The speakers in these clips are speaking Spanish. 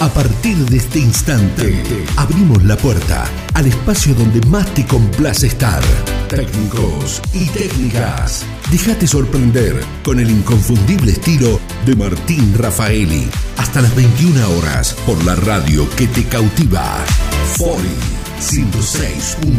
A partir de este instante, abrimos la puerta al espacio donde más te complace estar. Técnicos y técnicas. Déjate sorprender con el inconfundible estilo de Martín Rafaeli. Hasta las 21 horas por la radio que te cautiva. Fori 106.9.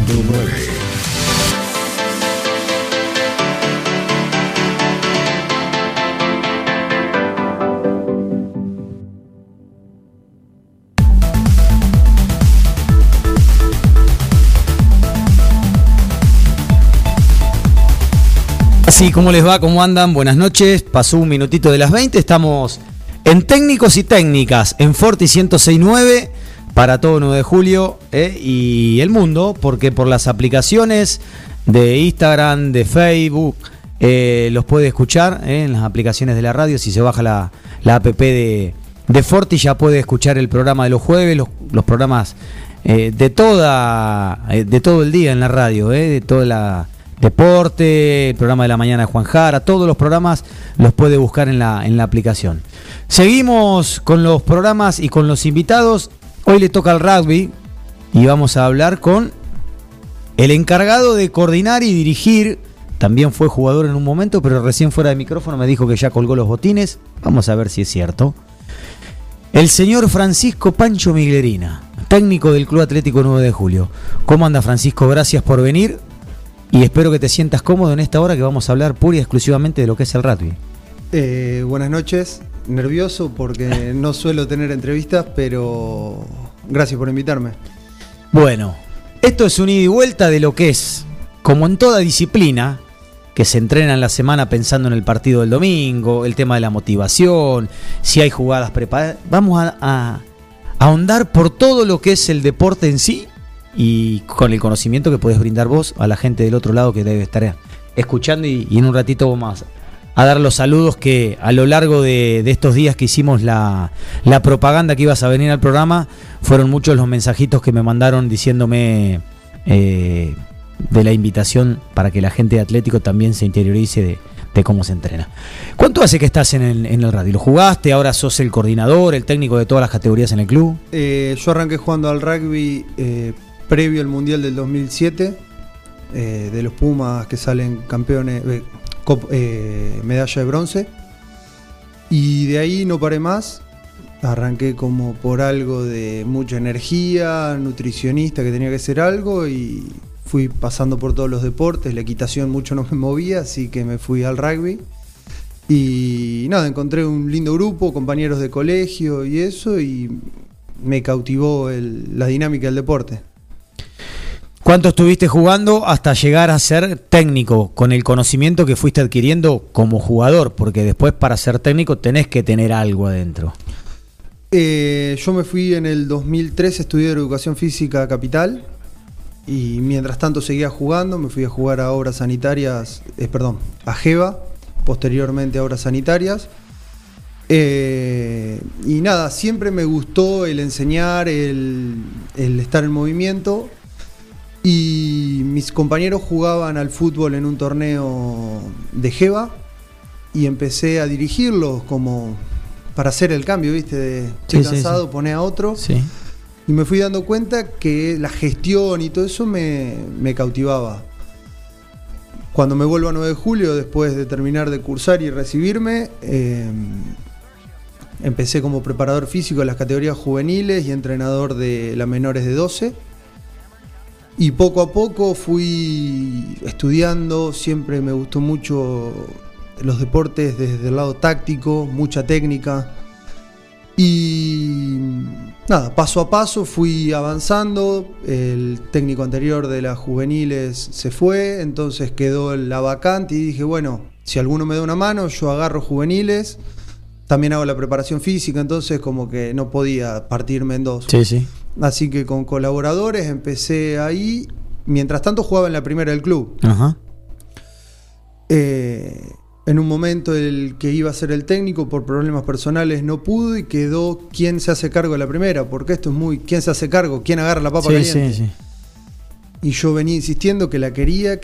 Así, ¿cómo les va? ¿Cómo andan? Buenas noches. Pasó un minutito de las 20. Estamos en Técnicos y Técnicas, en Forti 106.9, para todo 9 de julio y el mundo, porque por las aplicaciones de Instagram, de Facebook, los puede escuchar en las aplicaciones de la radio. Si se baja la app de Forti, ya puede escuchar el programa de los jueves, los programas de todo el día en la radio, de toda la deporte, el programa de la mañana de Juan Jara, todos los programas los puede buscar en la aplicación. Seguimos con los programas y con los invitados. Hoy le toca al rugby y vamos a hablar con el encargado de coordinar y dirigir. También fue jugador en un momento, pero recién fuera de micrófono me dijo que ya colgó los botines. Vamos a ver si es cierto. El señor Francisco Pancho Miglerina, técnico del Club Atlético 9 de Julio. ¿Cómo anda, Francisco? Gracias por venir. Y espero que te sientas cómodo en esta hora que vamos a hablar pura y exclusivamente de lo que es el rugby. Buenas noches, nervioso porque no suelo tener entrevistas, pero gracias por invitarme. Bueno, esto es un ida y vuelta de lo que es, como en toda disciplina, que se entrena en la semana pensando en el partido del domingo, el tema de la motivación, si hay jugadas preparadas. Vamos a ahondar por todo lo que es el deporte en sí, y con el conocimiento que podés brindar vos a la gente del otro lado que debe estar escuchando, y en un ratito vamos a dar los saludos que a lo largo de estos días que hicimos la propaganda que ibas a venir al programa, fueron muchos los mensajitos que me mandaron diciéndome de la invitación para que la gente de Atlético también se interiorice de cómo se entrena. ¿Cuánto hace que estás en el radio? ¿Lo jugaste? ¿Ahora sos el coordinador, el técnico de todas las categorías en el club? Yo arranqué jugando al rugby previo al Mundial del 2007, de los Pumas que salen campeones, medalla de bronce, y de ahí no paré más. Arranqué como por algo de mucha energía, nutricionista que tenía que hacer algo, y fui pasando por todos los deportes. La equitación mucho no me movía, así que me fui al rugby. Y nada, encontré un lindo grupo, compañeros de colegio y eso, y me cautivó la dinámica del deporte. ¿Cuánto estuviste jugando hasta llegar a ser técnico, con el conocimiento que fuiste adquiriendo como jugador? Porque después, para ser técnico tenés que tener algo adentro. Yo me fui en el 2003, estudié Educación Física a Capital, y mientras tanto seguía jugando. Me fui a jugar a Obras Sanitarias, a Geva, posteriormente a Obras Sanitarias. Y nada, siempre me gustó el enseñar, el estar en movimiento. Y mis compañeros jugaban al fútbol en un torneo de Geva, y empecé a dirigirlos como para hacer el cambio, ¿viste? Estoy cansado, poné a otro. Sí. Y me fui dando cuenta que la gestión y todo eso me cautivaba. Cuando me vuelvo a 9 de julio, después de terminar de cursar y recibirme, empecé como preparador físico de las categorías juveniles y entrenador de las menores de 12. Y poco a poco fui estudiando. Siempre me gustó mucho los deportes desde el lado táctico, mucha técnica. Y nada, paso a paso fui avanzando. El técnico anterior de las juveniles se fue, entonces quedó la vacante, y dije, bueno, si alguno me da una mano, yo agarro juveniles. También hago la preparación física, entonces como que no podía partirme en dos. Sí. Así que con colaboradores empecé ahí. Mientras tanto jugaba en la primera del club. Ajá. En un momento el que iba a ser el técnico por problemas personales no pudo, y quedó quien se hace cargo de la primera, porque esto es muy quién se hace cargo, quién agarra la papa caliente. Sí. Y yo venía insistiendo que la quería,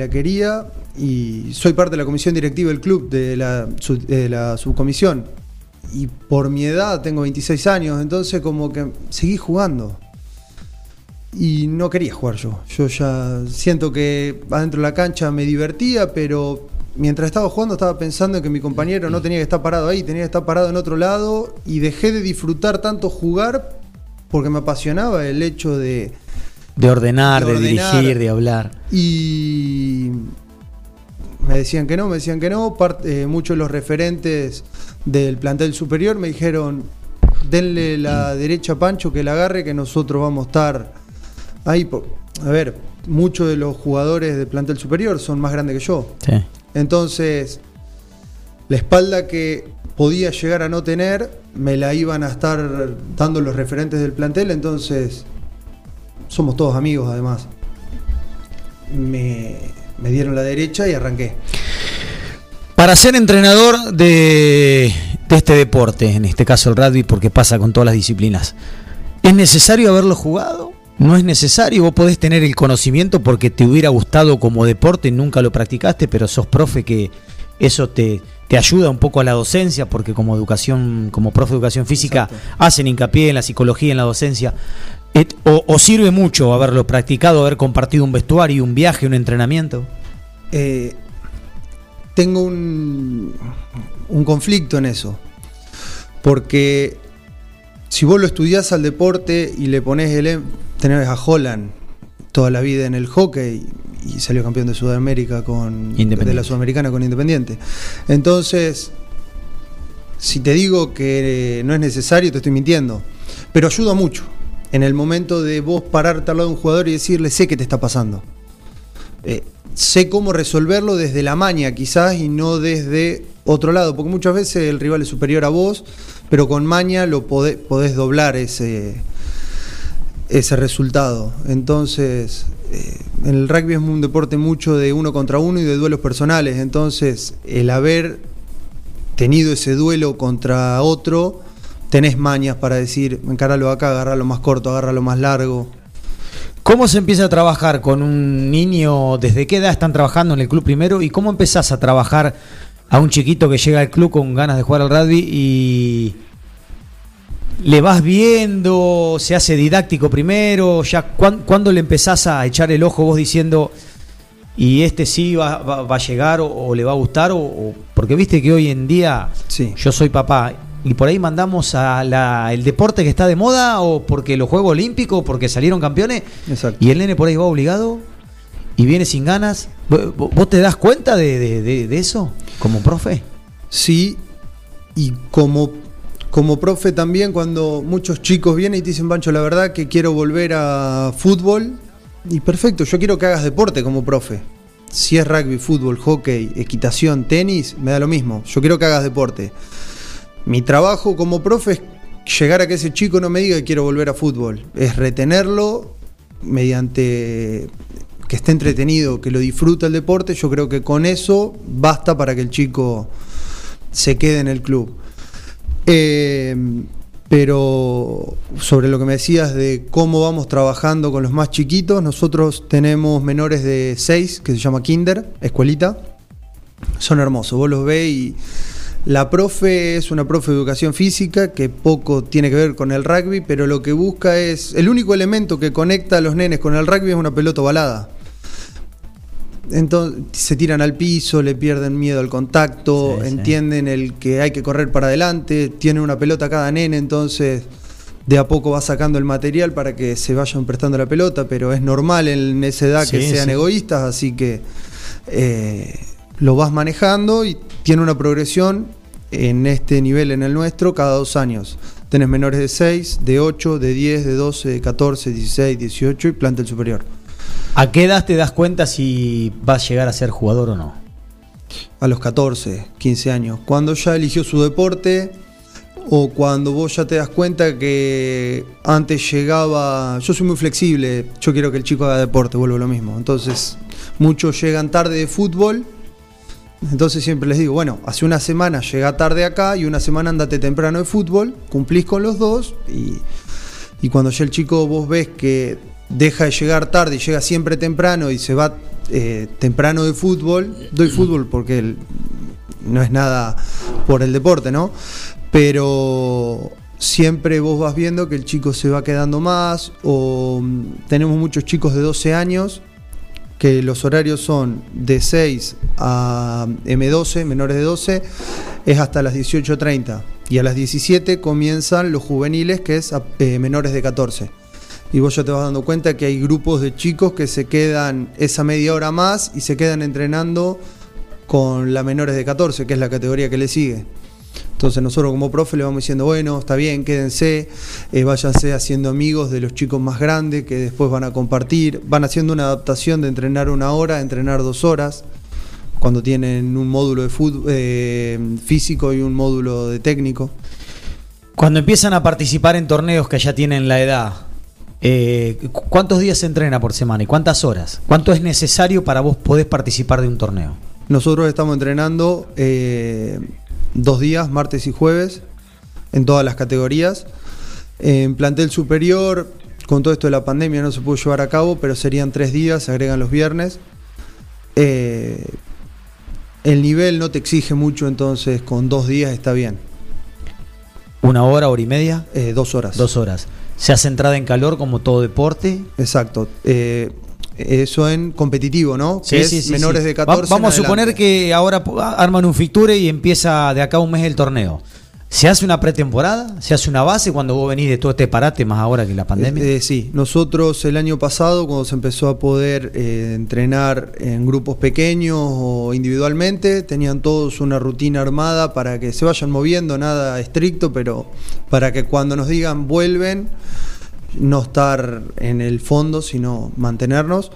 y soy parte de la comisión directiva del club, de la subcomisión. y por mi edad, tengo 26 años, entonces como que seguí jugando. Y no quería jugar yo. Yo ya siento que adentro de la cancha me divertía, pero mientras estaba jugando estaba pensando que mi compañero no tenía que estar parado ahí, tenía que estar parado en otro lado, y dejé de disfrutar tanto jugar porque me apasionaba el hecho de ordenar, de dirigir, de hablar. Y me decían que no. Muchos de los referentes del plantel superior me dijeron: denle la derecha a Pancho, que la agarre, que nosotros vamos a estar ahí. A ver, muchos de los jugadores del plantel superior son más grandes que yo. Sí. Entonces, la espalda que podía llegar a no tener, me la iban a estar dando los referentes del plantel. Entonces, somos todos amigos además. Me dieron la derecha y arranqué. Para ser entrenador de este deporte, en este caso el rugby, porque pasa con todas las disciplinas, ¿es necesario haberlo jugado? ¿No es necesario? Vos podés tener el conocimiento porque te hubiera gustado como deporte, nunca lo practicaste, pero sos profe, que eso te ayuda un poco a la docencia, porque como profe de educación física, exacto, hacen hincapié en la psicología, en la docencia. ¿O sirve mucho haberlo practicado, haber compartido un vestuario, un viaje, un entrenamiento? Tengo un conflicto en eso, porque si vos lo estudiás al deporte y le ponés tenés a Holland toda la vida en el hockey y salió campeón de Sudamérica de la Sudamericana con Independiente. Entonces, si te digo que no es necesario, te estoy mintiendo, pero ayuda mucho en el momento de vos pararte al lado de un jugador y decirle: sé qué te está pasando, sé cómo resolverlo desde la maña quizás y no desde otro lado, porque muchas veces el rival es superior a vos, pero con maña lo podés doblar ese resultado. Entonces, en el rugby es un deporte mucho de uno contra uno y de duelos personales. Entonces, el haber tenido ese duelo contra otro, tenés mañas para decir: encáralo acá, agárralo más corto, agárralo más largo. ¿Cómo se empieza a trabajar con un niño? ¿Desde qué edad están trabajando en el club primero? ¿Y cómo empezás a trabajar a un chiquito que llega al club con ganas de jugar al rugby y le vas viendo, se hace didáctico primero? Ya ¿cuándo le empezás a echar el ojo vos diciendo: y este sí va a llegar o le va a gustar? Porque viste que hoy en día, sí, yo soy papá y por ahí mandamos el deporte que está de moda, o porque los Juegos Olímpicos, porque salieron campeones. Exacto. Y el nene por ahí va obligado y viene sin ganas. ¿Vos te das cuenta de eso como profe? Sí, y como profe también, cuando muchos chicos vienen y te dicen: Pancho, la verdad que quiero volver a fútbol. Y perfecto, yo quiero que hagas deporte como profe. Si es rugby, fútbol, hockey, equitación, tenis, me da lo mismo. Yo quiero que hagas deporte. Mi trabajo como profe es llegar a que ese chico no me diga que quiero volver a fútbol. Es retenerlo mediante que esté entretenido, que lo disfrute el deporte. Yo creo que con eso basta para que el chico se quede en el club. Pero sobre lo que me decías de cómo vamos trabajando con los más chiquitos, nosotros tenemos menores de 6, que se llama Kinder, escuelita. Son hermosos, vos los ves y la profe es una profe de educación física que poco tiene que ver con el rugby, pero lo que busca es, el único elemento que conecta a los nenes con el rugby es una pelota ovalada. Entonces se tiran al piso, le pierden miedo al contacto, sí, entienden el que hay que correr para adelante, tienen una pelota cada nene, entonces de a poco va sacando el material para que se vayan prestando la pelota, pero es normal en esa edad que sean egoístas, así que lo vas manejando y tiene una progresión en este nivel, en el nuestro, cada 2 años. Tenés menores de 6, de 8, de 10, de 12, de 14, 16, 18 y plantel superior. ¿A qué edad te das cuenta si vas a llegar a ser jugador o no? A los 14, 15 años. Cuando ya eligió su deporte, o cuando vos ya te das cuenta que antes llegaba... Yo soy muy flexible, yo quiero que el chico haga deporte, vuelvo a lo mismo. Entonces, muchos llegan tarde de fútbol, entonces siempre les digo, bueno, hace una semana llega tarde acá y una semana andate temprano de fútbol, cumplís con los dos y cuando ya el chico vos ves que deja de llegar tarde y llega siempre temprano y se va temprano de fútbol, doy fútbol porque no es nada por el deporte, ¿no? pero siempre vos vas viendo que el chico se va quedando más, o tenemos muchos chicos de 12 años que los horarios son de 6 a M12, menores de 12, es hasta las 18:30, y a las 17 comienzan los juveniles, que es menores de 14. Y vos ya te vas dando cuenta que hay grupos de chicos que se quedan esa media hora más y se quedan entrenando con la menores de 14, que es la categoría que le sigue. Entonces nosotros como profe le vamos diciendo, bueno, está bien, quédense, váyanse haciendo amigos de los chicos más grandes que después van a compartir, van haciendo una adaptación de entrenar 1 hora a entrenar 2 horas, cuando tienen un módulo de fútbol, físico y un módulo de técnico. Cuando empiezan a participar en torneos que ya tienen la edad, ¿cuántos días se entrena por semana y cuántas horas? ¿Cuánto es necesario para vos poder participar de un torneo? Nosotros estamos entrenando 2 días, martes y jueves, en todas las categorías. En plantel superior, con todo esto de la pandemia no se pudo llevar a cabo, pero serían 3 días, se agregan los viernes. El nivel no te exige mucho, entonces con 2 días está bien. 1 hora, hora y media. 2 horas. 2 horas. ¿Se hace entrada en calor como todo deporte? Exacto. Eso en competitivo, ¿no? Sí, que sí, es sí, menores sí. de 14. Vamos a suponer que ahora arman un fixture y empieza de acá a un mes el torneo. ¿Se hace una pretemporada? ¿Se hace una base cuando vos venís de todo este parate, más ahora que la pandemia? Sí, nosotros el año pasado, cuando se empezó a poder entrenar en grupos pequeños o individualmente, tenían todos una rutina armada para que se vayan moviendo, nada estricto, pero para que cuando nos digan vuelven, no estar en el fondo, sino mantenernos.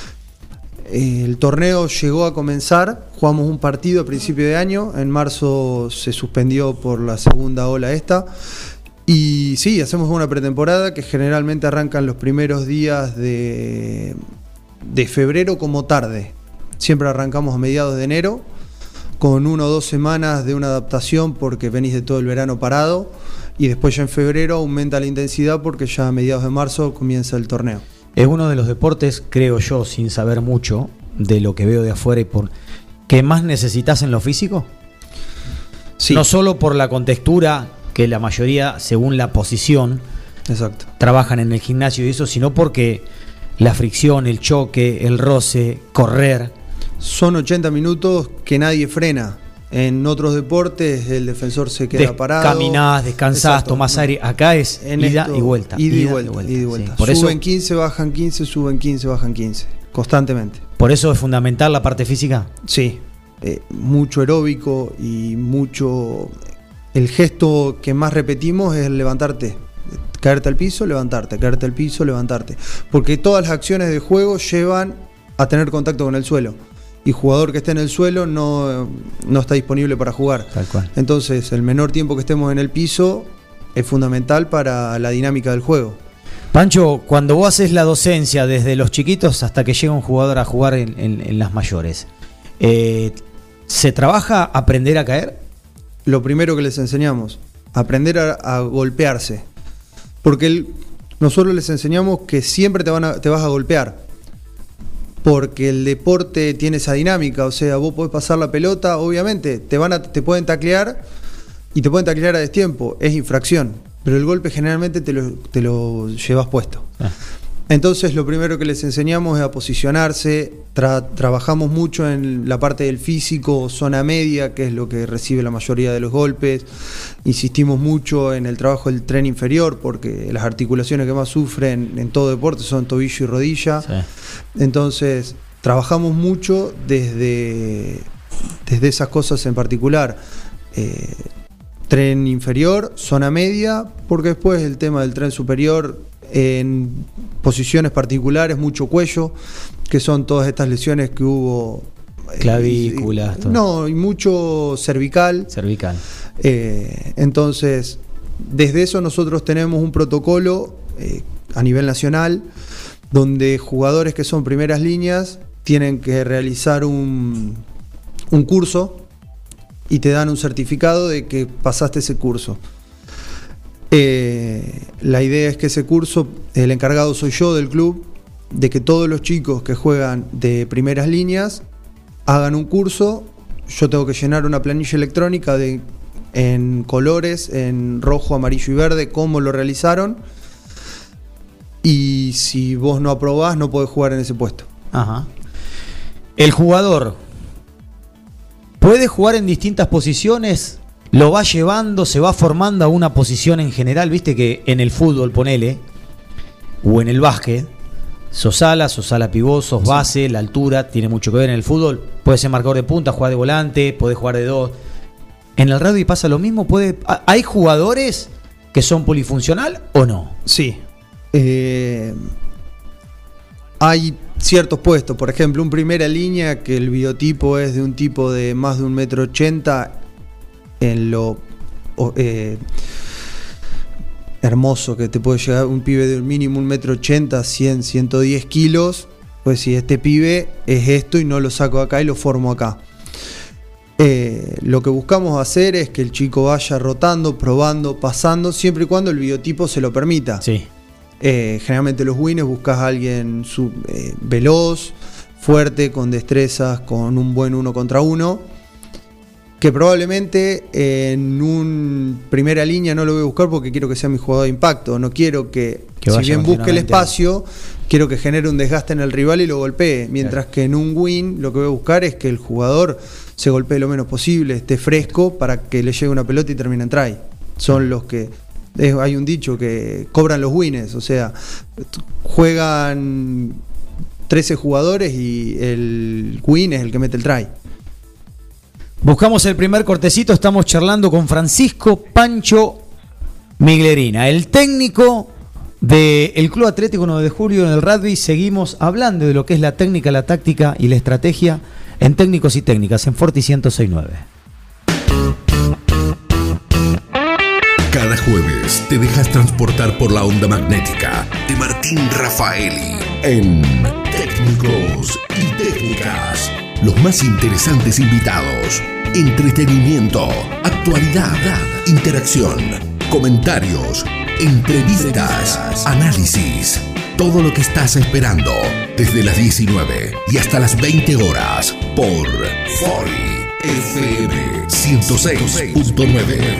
El torneo llegó a comenzar, jugamos un partido a principio de año, en marzo se suspendió por la segunda ola esta, y sí, hacemos una pretemporada que generalmente arrancan los primeros días de febrero como tarde. Siempre arrancamos a mediados de enero, con 1 o 2 semanas de una adaptación porque venís de todo el verano parado, y después ya en febrero aumenta la intensidad porque ya a mediados de marzo comienza el torneo. Es uno de los deportes, creo yo, sin saber mucho de lo que veo de afuera y por que más necesitas en lo físico. Sí. No solo por la contextura, que la mayoría, según la posición, Exacto, trabajan en el gimnasio y eso, sino porque la fricción, el choque, el roce, correr. Son 80 minutos que nadie frena. En otros deportes el defensor se queda parado. Caminás, descansás, Exacto. tomás aire. Acá es ida y vuelta. Ida y vuelta. Sí. Por Suben eso, 15, bajan 15, suben 15, bajan 15. Constantemente. por eso es fundamental la parte física. Sí. Mucho aeróbico y mucho... El gesto que más repetimos es el levantarte. Caerte al piso, levantarte. Caerte al piso, levantarte. Porque todas las acciones de juego llevan a tener contacto con el suelo. Y jugador que esté en el suelo no está disponible para jugar. Tal cual. Entonces, el menor tiempo que estemos en el piso es fundamental para la dinámica del juego. Pancho, cuando vos haces la docencia desde los chiquitos hasta que llega un jugador a jugar en las mayores, ¿se trabaja aprender a caer? Lo primero que les enseñamos, aprender a golpearse. Porque nosotros les enseñamos que siempre te vas a golpear. Porque el deporte tiene esa dinámica, o sea, vos podés pasar la pelota, obviamente, te pueden taclear y te pueden taclear a destiempo, es infracción, pero el golpe generalmente te lo llevas puesto. Entonces lo primero que les enseñamos es a posicionarse, trabajamos mucho en la parte del físico, zona media, que es lo que recibe la mayoría de los golpes, insistimos mucho en el trabajo del tren inferior, porque las articulaciones que más sufren en todo deporte son tobillo y rodilla. Sí. Entonces trabajamos mucho desde esas cosas en particular. Tren inferior, zona media, porque después el tema del tren superior, en posiciones particulares, mucho cuello, que son todas estas lesiones que hubo. Clavículas. Y mucho cervical. Entonces, desde eso nosotros tenemos un protocolo a nivel nacional, donde jugadores que son primeras líneas tienen que realizar un curso y te dan un certificado de que pasaste ese curso. La idea es que ese curso, el encargado soy yo del club, de que todos los chicos que juegan de primeras líneas hagan un curso. Yo tengo que llenar una planilla electrónica de en colores, en rojo, amarillo y verde, cómo lo realizaron. Y si vos no aprobás, no podés jugar en ese puesto. Ajá. El jugador puede jugar en distintas posiciones, lo va llevando, se va formando a una posición en general. Viste que en el fútbol, ponele, o en el básquet, sos ala pivot, sos base, la altura tiene mucho que ver en el fútbol. Puede ser marcador de punta, jugar de volante, podés jugar de dos. En el rugby pasa lo mismo. ¿Hay jugadores que son polifuncional o no? Sí. Hay ciertos puestos, por ejemplo, un primera línea que el biotipo es de un tipo de más de 1,80 m, en lo hermoso que te puede llegar un pibe de un mínimo 1,80 m, 100, 110 kilos. Pues si este pibe es esto y no lo saco acá y lo formo acá. Lo que buscamos hacer es que el chico vaya rotando, probando, pasando, siempre y cuando el biotipo se lo permita. Sí. Generalmente los winners buscas a alguien veloz, fuerte, con destrezas, con un buen 1 contra 1, que probablemente en un primera línea no lo voy a buscar porque quiero que sea mi jugador de impacto. No quiero que si bien busque el espacio, quiero que genere un desgaste en el rival y lo golpee. Mientras que en un win lo que voy a buscar es que el jugador se golpee lo menos posible, esté fresco para que le llegue una pelota y termine en try. Son los que... hay un dicho que cobran los winners, o sea, juegan 13 jugadores y el win es el que mete el try. Buscamos el primer cortecito, estamos charlando con Francisco Pancho Miglerina, el técnico del Club Atlético 9 de Julio en el rugby. Seguimos hablando de lo que es la técnica, la táctica y la estrategia en Técnicos y Técnicas en Forti 106.9. Cada jueves te dejas transportar por la onda magnética de Martín Rafaeli en Técnicos y Técnicas. Los más interesantes invitados, entretenimiento, actualidad, interacción, comentarios, entrevistas, análisis. Todo lo que estás esperando desde las 19 y hasta las 20 horas por Forti FM 106.9.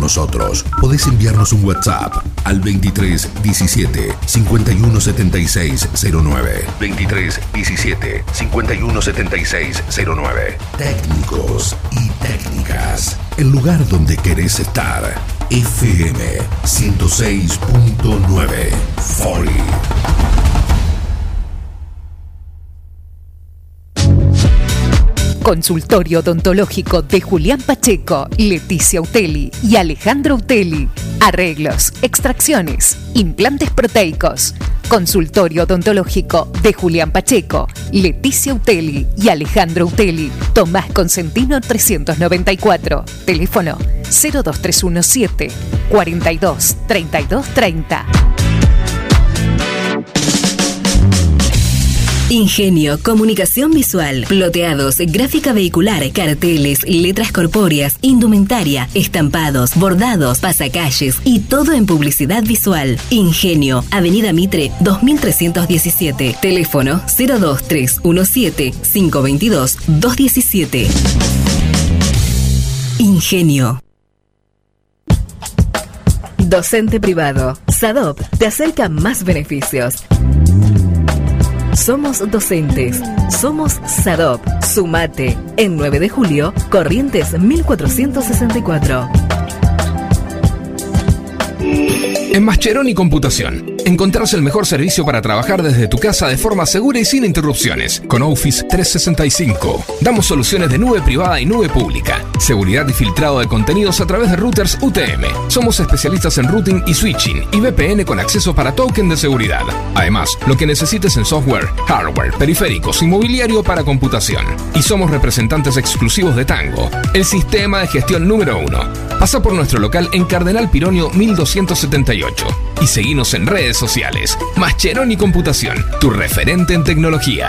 nosotros. Podés enviarnos un WhatsApp al 23 17 51 76 09. 23 17 51 76 09. Técnicos y técnicas. El lugar donde querés estar. FM 106.9. Fori. Consultorio odontológico de Julián Pacheco, Leticia Uteli y Alejandro Uteli. Arreglos, extracciones, implantes proteicos. Consultorio odontológico de Julián Pacheco, Leticia Uteli y Alejandro Uteli. Tomás Consentino 394. Teléfono 02317 42 32 30. Ingenio, comunicación visual, ploteados, gráfica vehicular, carteles, letras corpóreas, indumentaria, estampados, bordados, pasacalles y todo en publicidad visual. Ingenio, Avenida Mitre 2317. Teléfono 02317 522 217. Ingenio. Docente privado. SADOP te acerca más beneficios. Somos docentes. Somos SADOP. Sumate. En 9 de julio, Corrientes 1464. En Mascheroni Computación, encontrás el mejor servicio para trabajar desde tu casa de forma segura y sin interrupciones. Con Office 365, damos soluciones de nube privada y nube pública, seguridad y filtrado de contenidos a través de routers UTM. Somos especialistas en routing y switching y VPN con acceso para token de seguridad. Además, lo que necesites en software, hardware, periféricos y mobiliario para computación. Y somos representantes exclusivos de Tango, el sistema de gestión número 1. Pasa por nuestro local en Cardenal Pironio 1278 y seguinos en redes sociales. Mascheroni Computación, tu referente en tecnología.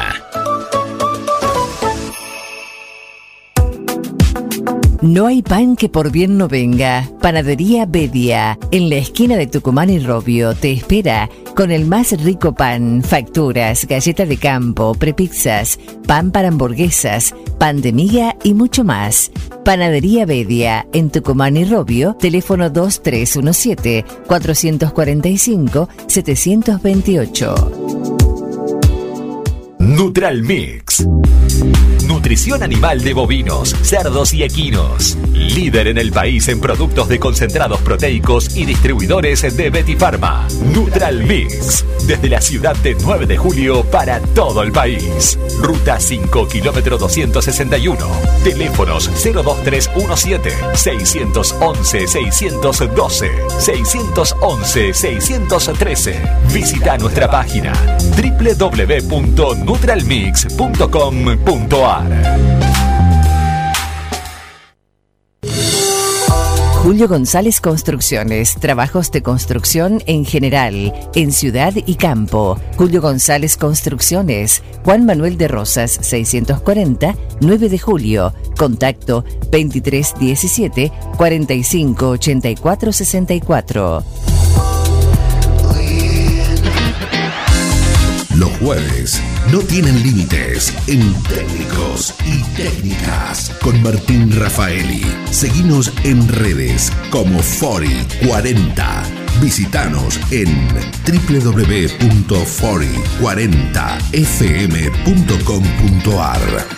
No hay pan que por bien no venga. Panadería Bedia, en la esquina de Tucumán y Robbio, te espera con el más rico pan, facturas, galleta de campo, prepizzas, pan para hamburguesas, pan de miga y mucho más. Panadería Bedia, en Tucumán y Robbio, teléfono 2317-445-728. Nutralmix. Nutrición animal de bovinos, cerdos y equinos. Líder en el país en productos de concentrados proteicos y distribuidores de Betifarma. Nutralmix. Desde la ciudad de 9 de julio para todo el país. Ruta 5, kilómetro 261. Teléfonos 02317-611-612, 611-613. Visita nuestra página www.nutralmix.com.ar. Julio González Construcciones, trabajos de construcción en general, en ciudad y campo. Julio González Construcciones, Juan Manuel de Rosas 640, 9 de julio. Contacto 2317 4584 64. Los jueves no tienen límites en Técnicos y Técnicas con Martín Rafaeli. Seguinos en redes como Fori40. Visítanos en www.fori40fm.com.ar.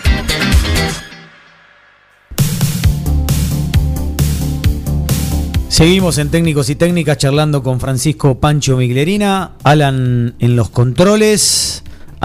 Seguimos en Técnicos y Técnicas charlando con Francisco Pancho Miglerina, Alan en los controles,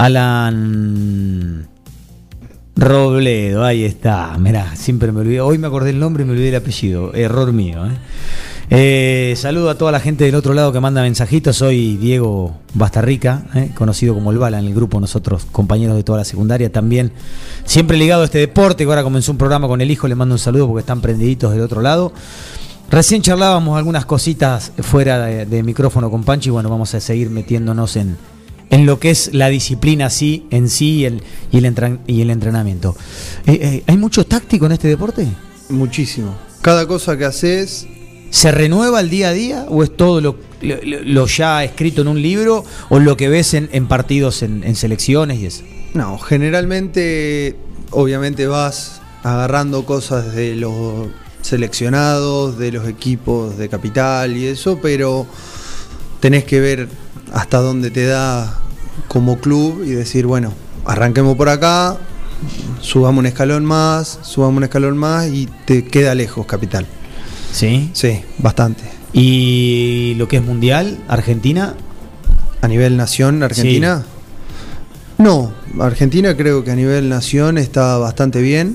Alan Robledo, ahí está, mirá, siempre me olvidé, hoy me acordé el nombre y me olvidé el apellido, error mío. Saludo a toda la gente del otro lado que manda mensajitos, soy Diego Bastarrica, conocido como el Bala en el grupo, nosotros compañeros de toda la secundaria también, siempre ligado a este deporte, que ahora comenzó un programa con el hijo, le mando un saludo porque están prendiditos del otro lado. Recién charlábamos algunas cositas fuera de micrófono con Pancho y bueno, vamos a seguir metiéndonos en lo que es la disciplina en sí y el entrenamiento. ¿Hay mucho táctico en este deporte? Muchísimo. Cada cosa que haces... ¿Se renueva el día a día o es todo lo ya escrito en un libro o lo que ves en partidos, en selecciones y eso? No, generalmente, obviamente vas agarrando cosas de los seleccionados de los equipos de capital y eso, pero tenés que ver hasta dónde te da como club y decir, bueno, arranquemos por acá, subamos un escalón más y te queda lejos Capital. ¿Sí? Sí, bastante. ¿Y lo que es mundial, Argentina? ¿A nivel nación, Argentina? Sí. No, Argentina creo que a nivel nación está bastante bien.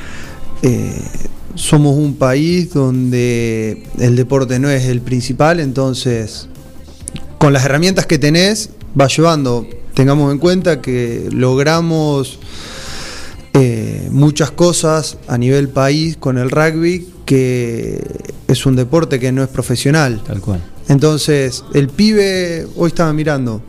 Somos un país donde el deporte no es el principal, entonces con las herramientas que tenés vas llevando. Tengamos en cuenta que logramos muchas cosas a nivel país con el rugby, que es un deporte que no es profesional. Tal cual. Entonces, el pibe, hoy estaba mirando,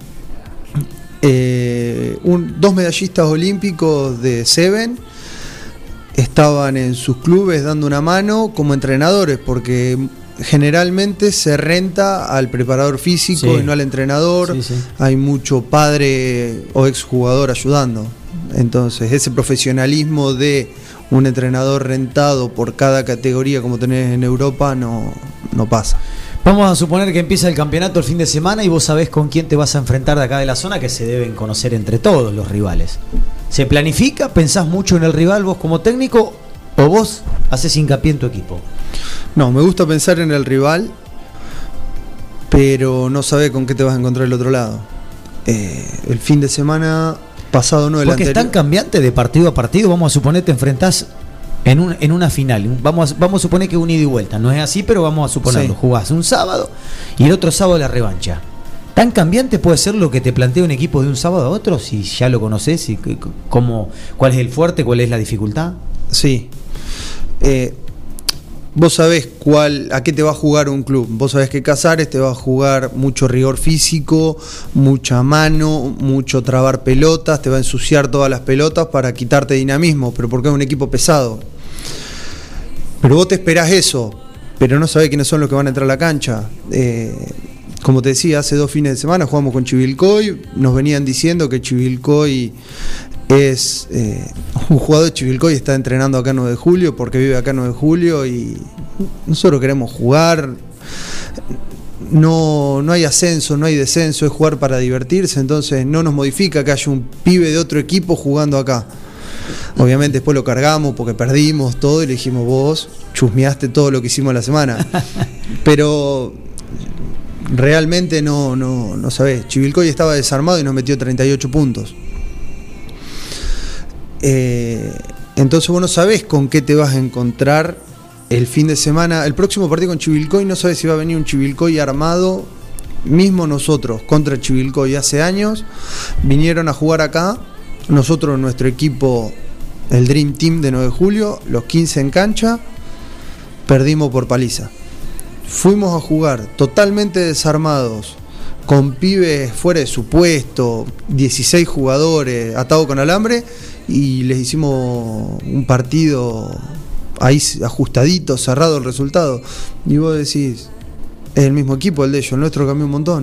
2 medallistas olímpicos de Seven estaban en sus clubes dando una mano como entrenadores, porque generalmente se renta al preparador físico, sí, y no al entrenador. Sí, sí. Hay mucho padre o exjugador ayudando. Entonces, ese profesionalismo de un entrenador rentado por cada categoría como tenés en Europa no pasa. Vamos a suponer que empieza el campeonato el fin de semana y vos sabés con quién te vas a enfrentar de acá de la zona, que se deben conocer entre todos los rivales. ¿Se planifica? ¿Pensás mucho en el rival vos como técnico o vos haces hincapié en tu equipo? No, me gusta pensar en el rival, pero no sabés con qué te vas a encontrar el otro lado. El fin de semana pasado, no el porque anterior. Es tan cambiante de partido a partido. Vamos a suponer te enfrentás en una final. Vamos a suponer que un ida y vuelta. No es así, pero vamos a suponerlo. Sí. Jugás un sábado y el otro sábado la revancha. ¿Tan cambiante puede ser lo que te plantea un equipo de un sábado a otro? Si ya lo conocés, y cuál es el fuerte, cuál es la dificultad. Sí. Vos sabés a qué te va a jugar un club. Vos sabés que Casares te va a jugar mucho rigor físico, mucha mano, mucho trabar pelotas, te va a ensuciar todas las pelotas para quitarte dinamismo, pero porque es un equipo pesado. Pero vos te esperás eso, pero no sabés quiénes son los que van a entrar a la cancha. Como te decía, hace 2 fines de semana jugamos con Chivilcoy, nos venían diciendo que Chivilcoy es un jugador de Chivilcoy, está entrenando acá en 9 de julio porque vive acá en 9 de julio y nosotros queremos jugar. No hay ascenso, no hay descenso, es jugar para divertirse, entonces no nos modifica que haya un pibe de otro equipo jugando acá. Obviamente después lo cargamos porque perdimos todo y le dijimos, vos chusmeaste todo lo que hicimos la semana. Pero realmente no sabés. Chivilcoy estaba desarmado y nos metió 38 puntos. Entonces vos no sabés con qué te vas a encontrar el fin de semana. El próximo partido con Chivilcoy no sabés si va a venir un Chivilcoy armado. Mismo nosotros contra Chivilcoy hace años vinieron a jugar acá. Nosotros, nuestro equipo, el Dream Team de 9 de julio, los 15 en cancha, perdimos por paliza. Fuimos a jugar totalmente desarmados, con pibes fuera de su puesto, 16 jugadores atados con alambre, y les hicimos un partido ahí ajustadito, cerrado el resultado. Y vos decís, es el mismo equipo el de ellos, el nuestro cambió un montón.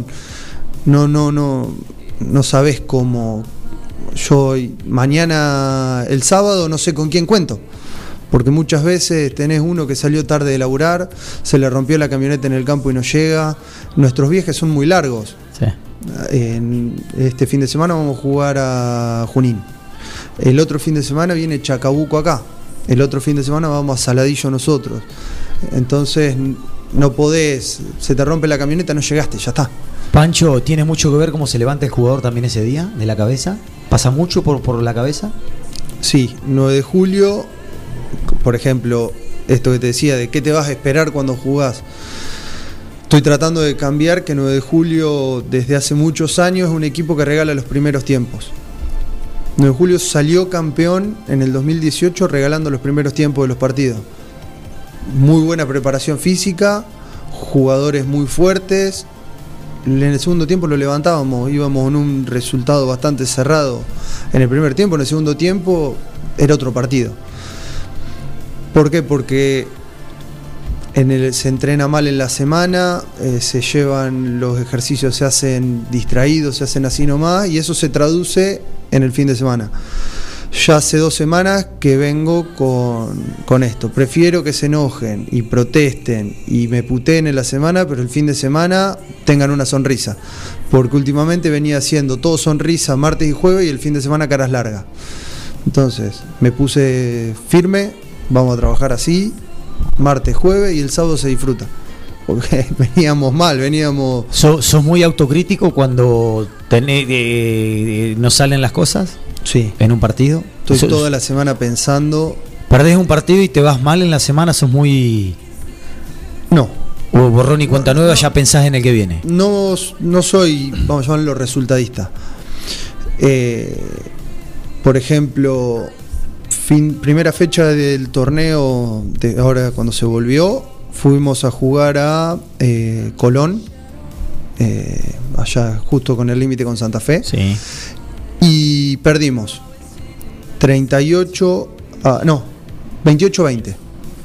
No sabés cómo. Yo mañana, el sábado, no sé con quién cuento. Porque muchas veces tenés uno que salió tarde de laburar, se le rompió la camioneta en el campo y no llega. Nuestros viajes son muy largos. Sí. Este fin de semana vamos a jugar a Junín. El otro fin de semana viene Chacabuco acá. El otro fin de semana vamos a Saladillo nosotros. Entonces no podés, se te rompe la camioneta, no llegaste, ya está. Pancho, ¿tiene mucho que ver cómo se levanta el jugador también ese día, de la cabeza? ¿Pasa mucho por la cabeza? Sí, 9 de julio... Por ejemplo, esto que te decía, de qué te vas a esperar cuando jugás. Estoy tratando de cambiar que 9 de julio desde hace muchos años es un equipo que regala los primeros tiempos. 9 de julio salió campeón en el 2018 regalando los primeros tiempos de los partidos. Muy buena preparación física, jugadores muy fuertes. En el segundo tiempo lo levantábamos, íbamos en un resultado bastante cerrado en el primer tiempo, en el segundo tiempo era otro partido. ¿Por qué? Porque se entrena mal en la semana, se llevan los ejercicios, se hacen distraídos, se hacen así nomás, y eso se traduce en el fin de semana. Ya hace 2 semanas que vengo con esto. Prefiero que se enojen y protesten y me puteen en la semana, pero el fin de semana tengan una sonrisa. Porque últimamente venía haciendo todo sonrisa martes y jueves y el fin de semana caras largas. Entonces me puse firme, vamos a trabajar así, martes, jueves y el sábado se disfruta. Porque veníamos mal, ¿Sos muy autocrítico cuando no salen las cosas? Sí. ¿En un partido? Estoy toda la semana pensando. ¿Perdés un partido y te vas mal en la semana? ¿Sos muy...? No. ¿O borrón y cuenta nueva ya pensás en el que viene? No soy, vamos a llamarlo, resultadista. Por ejemplo, primera fecha del torneo, ahora cuando se volvió, fuimos a jugar a Colón, allá justo con el límite con Santa Fe. Sí. Y perdimos 28-20.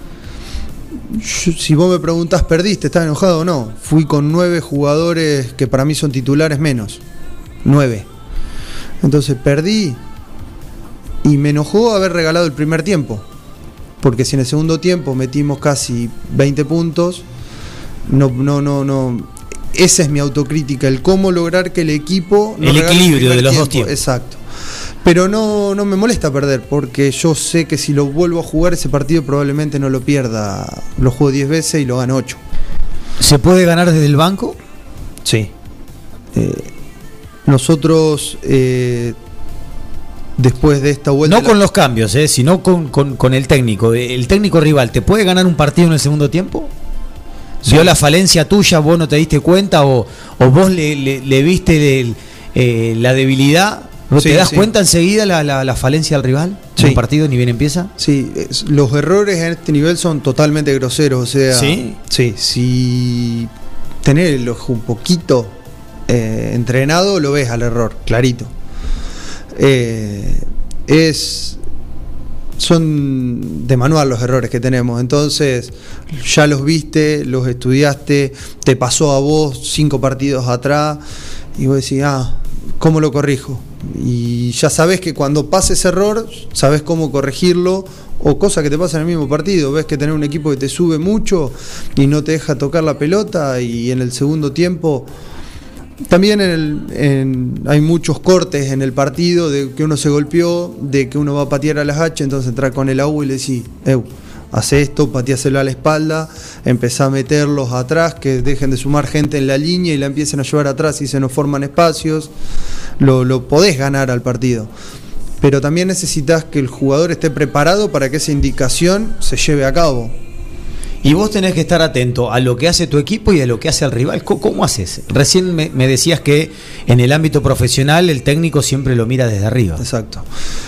Si vos me preguntás, ¿perdiste? ¿Estás enojado o no? Fui con 9 jugadores que para mí son titulares menos. 9. Entonces perdí y me enojó haber regalado el primer tiempo. Porque si en el segundo tiempo metimos casi 20 puntos, no. Esa es mi autocrítica, el cómo lograr que el equipo... el equilibrio de los dos tiempos. Exacto. Pero no me molesta perder, porque yo sé que si lo vuelvo a jugar ese partido probablemente no lo pierda. Lo juego 10 veces y lo gano 8. ¿Se puede ganar desde el banco? Sí. Nosotros, después de esta vuelta... No con los cambios, sino con el técnico. ¿El técnico rival te puede ganar un partido en el segundo tiempo? Sí. ¿Vio la falencia tuya, vos no te diste cuenta o vos le viste la debilidad? ¿Vos te das cuenta enseguida la falencia del rival? Sí. ¿Un partido ni bien empieza? Sí, los errores en este nivel son totalmente groseros. O sea, ¿sí? Sí, si tenés el ojo un poquito entrenado, lo ves al error, clarito. Son de manual los errores que tenemos, entonces ya los viste, los estudiaste, te pasó a vos 5 partidos atrás y vos decís, ¿cómo lo corrijo? Y ya sabés que cuando pase ese error, sabés cómo corregirlo, o cosa que te pasa en el mismo partido, ves que tenés un equipo que te sube mucho y no te deja tocar la pelota, y en el segundo tiempo también hay muchos cortes en el partido de que uno se golpeó, de que uno va a patear a las H, entonces entra con el AU y le decís, hace esto, pateáselo a la espalda, empezá a meterlos atrás, que dejen de sumar gente en la línea y la empiecen a llevar atrás y se nos forman espacios. Lo podés ganar al partido, pero también necesitas que el jugador esté preparado para que esa indicación se lleve a cabo. Y vos tenés que estar atento a lo que hace tu equipo y a lo que hace el rival. ¿Cómo haces? Recién me decías que en el ámbito profesional el técnico siempre lo mira desde arriba. Exacto.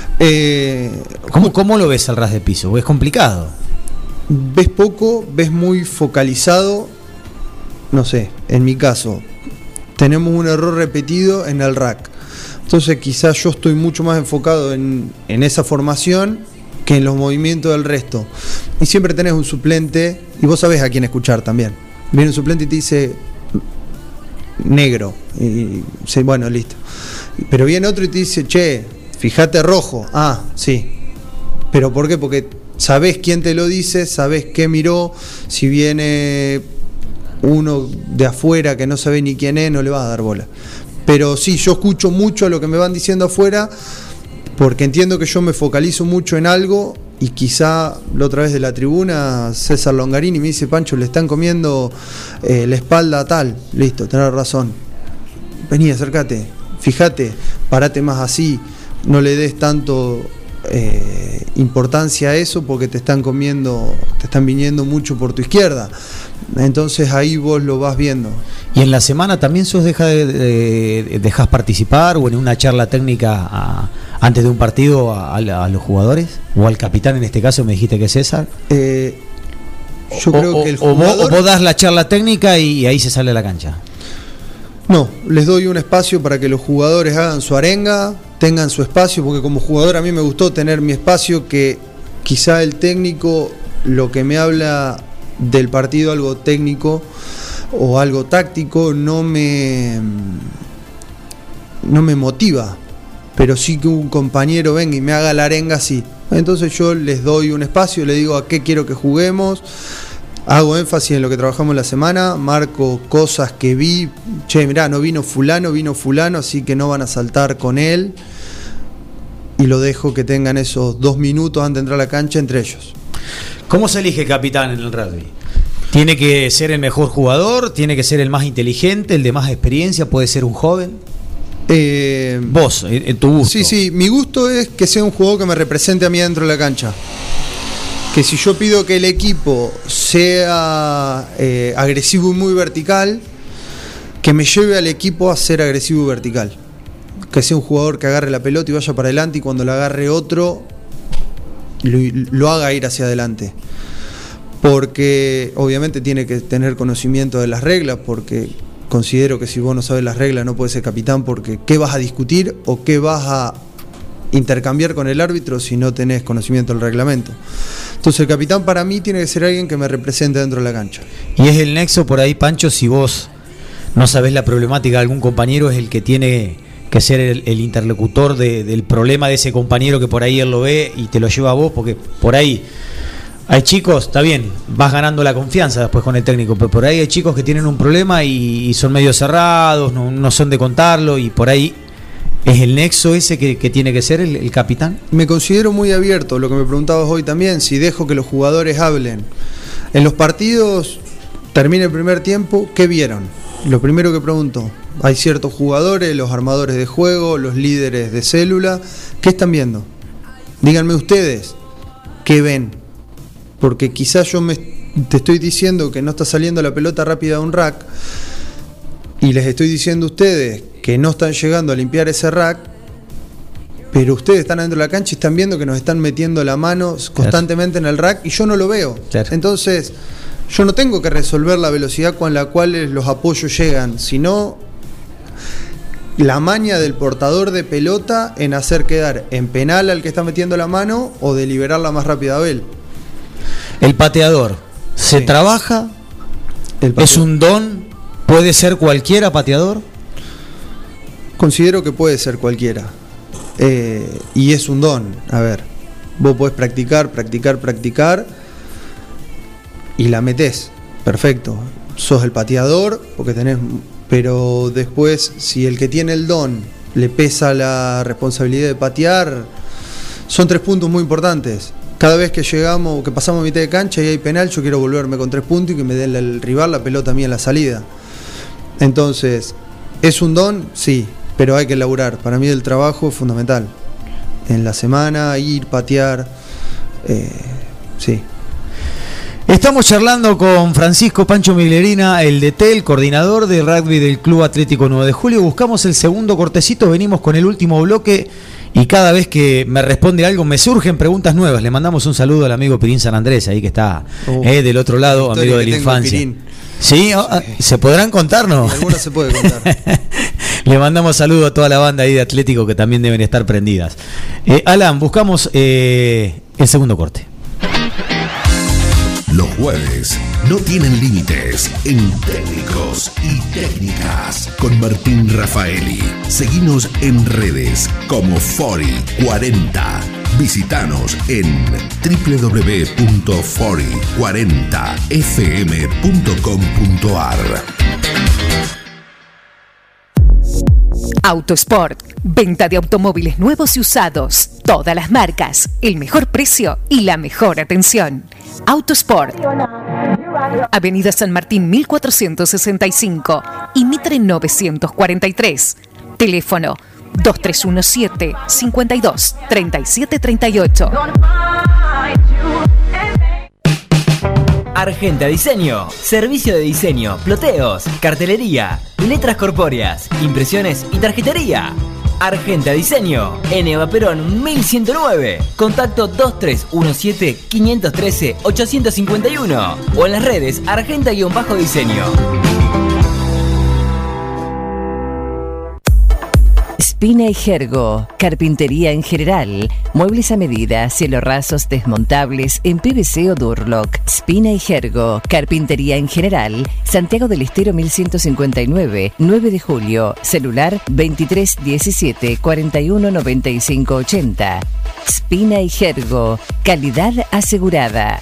¿Cómo lo ves al ras de piso? ¿Es complicado? Ves poco, ves muy focalizado. No sé, en mi caso, tenemos un error repetido en el rack. Entonces quizás yo estoy mucho más enfocado en esa formación que en los movimientos del resto. Y siempre tenés un suplente, y vos sabés a quién escuchar también. Viene un suplente y te dice negro, y bueno, listo. Pero viene otro y te dice, che, fíjate rojo. Sí. ¿Pero por qué? Porque sabés quién te lo dice, sabés qué miró. Si viene uno de afuera que no sabe ni quién es, no le vas a dar bola. Pero sí, yo escucho mucho a lo que me van diciendo afuera, porque entiendo que yo me focalizo mucho en algo, y quizá la otra vez de la tribuna César Longarini me dice, Pancho, le están comiendo la espalda a tal. Listo, tenés razón. Vení, acércate, fíjate, parate más así, no le des tanto importancia a eso, porque te están viniendo mucho por tu izquierda. Entonces ahí vos lo vas viendo. ¿Y en la semana también dejás participar o en una charla técnica antes de un partido a los jugadores? ¿O al capitán, en este caso me dijiste que es César? Yo creo que el jugador... ¿O vos das la charla técnica y ahí se sale a la cancha? No, les doy un espacio para que los jugadores hagan su arenga, tengan su espacio, porque como jugador a mí me gustó tener mi espacio, que quizá el técnico, lo que me habla del partido, algo técnico o algo táctico, no me motiva. pero sí que un compañero venga y me haga la arenga, sí. Entonces yo les doy un espacio, le digo a qué quiero que juguemos, hago énfasis en lo que trabajamos la semana, marco cosas que vi, che, mirá, no vino fulano, así que no van a saltar con él, y lo dejo que tengan esos 2 minutos antes de entrar a la cancha entre ellos. ¿Cómo se elige capitán en el rugby? ¿Tiene que ser el mejor jugador? ¿Tiene que ser el más inteligente, el de más experiencia? ¿Puede ser un joven? Vos, en tu gusto. Sí, mi gusto es que sea un jugador que me represente a mí dentro de la cancha. Que si yo pido que el equipo sea agresivo y muy vertical, que me lleve al equipo a ser agresivo y vertical. Que sea un jugador que agarre la pelota y vaya para adelante, y cuando la agarre otro lo haga ir hacia adelante. Porque obviamente tiene que tener conocimiento de las reglas, porque considero que si vos no sabes las reglas no puedes ser capitán, porque ¿qué vas a discutir o qué vas a intercambiar con el árbitro si no tenés conocimiento del reglamento? Entonces el capitán para mí tiene que ser alguien que me represente dentro de la cancha. Y es el nexo por ahí, Pancho, si vos no sabés la problemática de algún compañero, es el que tiene que ser el interlocutor del problema de ese compañero, que por ahí él lo ve y te lo lleva a vos, porque por ahí hay chicos, está bien, vas ganando la confianza después con el técnico, pero por ahí hay chicos que tienen un problema y son medio cerrados, no son de contarlo, y por ahí es el nexo ese que tiene que ser el capitán. Me considero muy abierto, lo que me preguntabas hoy también, si dejo que los jugadores hablen. En los partidos, termina el primer tiempo, ¿qué vieron? Lo primero que pregunto, hay ciertos jugadores, los armadores de juego, los líderes de célula, ¿qué están viendo? Díganme ustedes, ¿qué ven? Porque quizás te estoy diciendo que no está saliendo la pelota rápida de un rack, y les estoy diciendo a ustedes que no están llegando a limpiar ese rack, pero ustedes están adentro de la cancha y están viendo que nos están metiendo la mano constantemente en el rack, y yo no lo veo. Claro. Entonces yo no tengo que resolver la velocidad con la cual los apoyos llegan, sino la maña del portador de pelota en hacer quedar en penal al que está metiendo la mano o de liberarla más rápida a él. El pateador, ¿se trabaja? ¿Es un don? ¿Puede ser cualquiera pateador? Considero que puede ser cualquiera. Y es un don. A ver, vos podés practicar y la metés. Perfecto. Sos el pateador porque tenés. Pero después, si el que tiene el don le pesa la responsabilidad de patear, son 3 puntos muy importantes. Cada vez que llegamos, que pasamos a mitad de cancha y hay penal, yo quiero volverme con 3 puntos y que me dé el rival la pelota a mí en la salida. Entonces, ¿es un don? Sí, pero hay que laburar. Para mí el trabajo es fundamental. En la semana, ir, patear, sí. Estamos charlando con Francisco Pancho Miglerina, el DT, el coordinador de rugby del Club Atlético 9 de Julio. Buscamos el segundo cortecito, venimos con el último bloque y cada vez que me responde algo me surgen preguntas nuevas. Le mandamos un saludo al amigo Pirín San Andrés, ahí que está del otro lado, amigo de la infancia. ¿Sí? ¿Se podrán contarnos? Algunas se puede contar. Le mandamos saludo a toda la banda ahí de Atlético que también deben estar prendidas. Alan, buscamos el segundo corte. Los jueves no tienen límites en Técnicos y Técnicas con Martín Rafaeli. Seguinos en redes como Fori40. Visítanos en www.fori40fm.com.ar. Autosport, venta de automóviles nuevos y usados, todas las marcas, el mejor precio y la mejor atención. Autosport, Avenida San Martín 1465 y Mitre 943. Teléfono 2317 52 37 38. Argenta Diseño, servicio de diseño, ploteos, cartelería, letras corpóreas, impresiones y tarjetería. Argenta Diseño, en Eva Perón 1109, contacto 2317-513-851 o en las redes Argenta-Diseño. Spina y Gergo, carpintería en general, muebles a medida, cielorrazos desmontables en PVC o Durlock. Spina y Gergo, carpintería en general, Santiago del Estero 1159, 9 de julio, celular 2317 41 95 80. Spina y Gergo, calidad asegurada.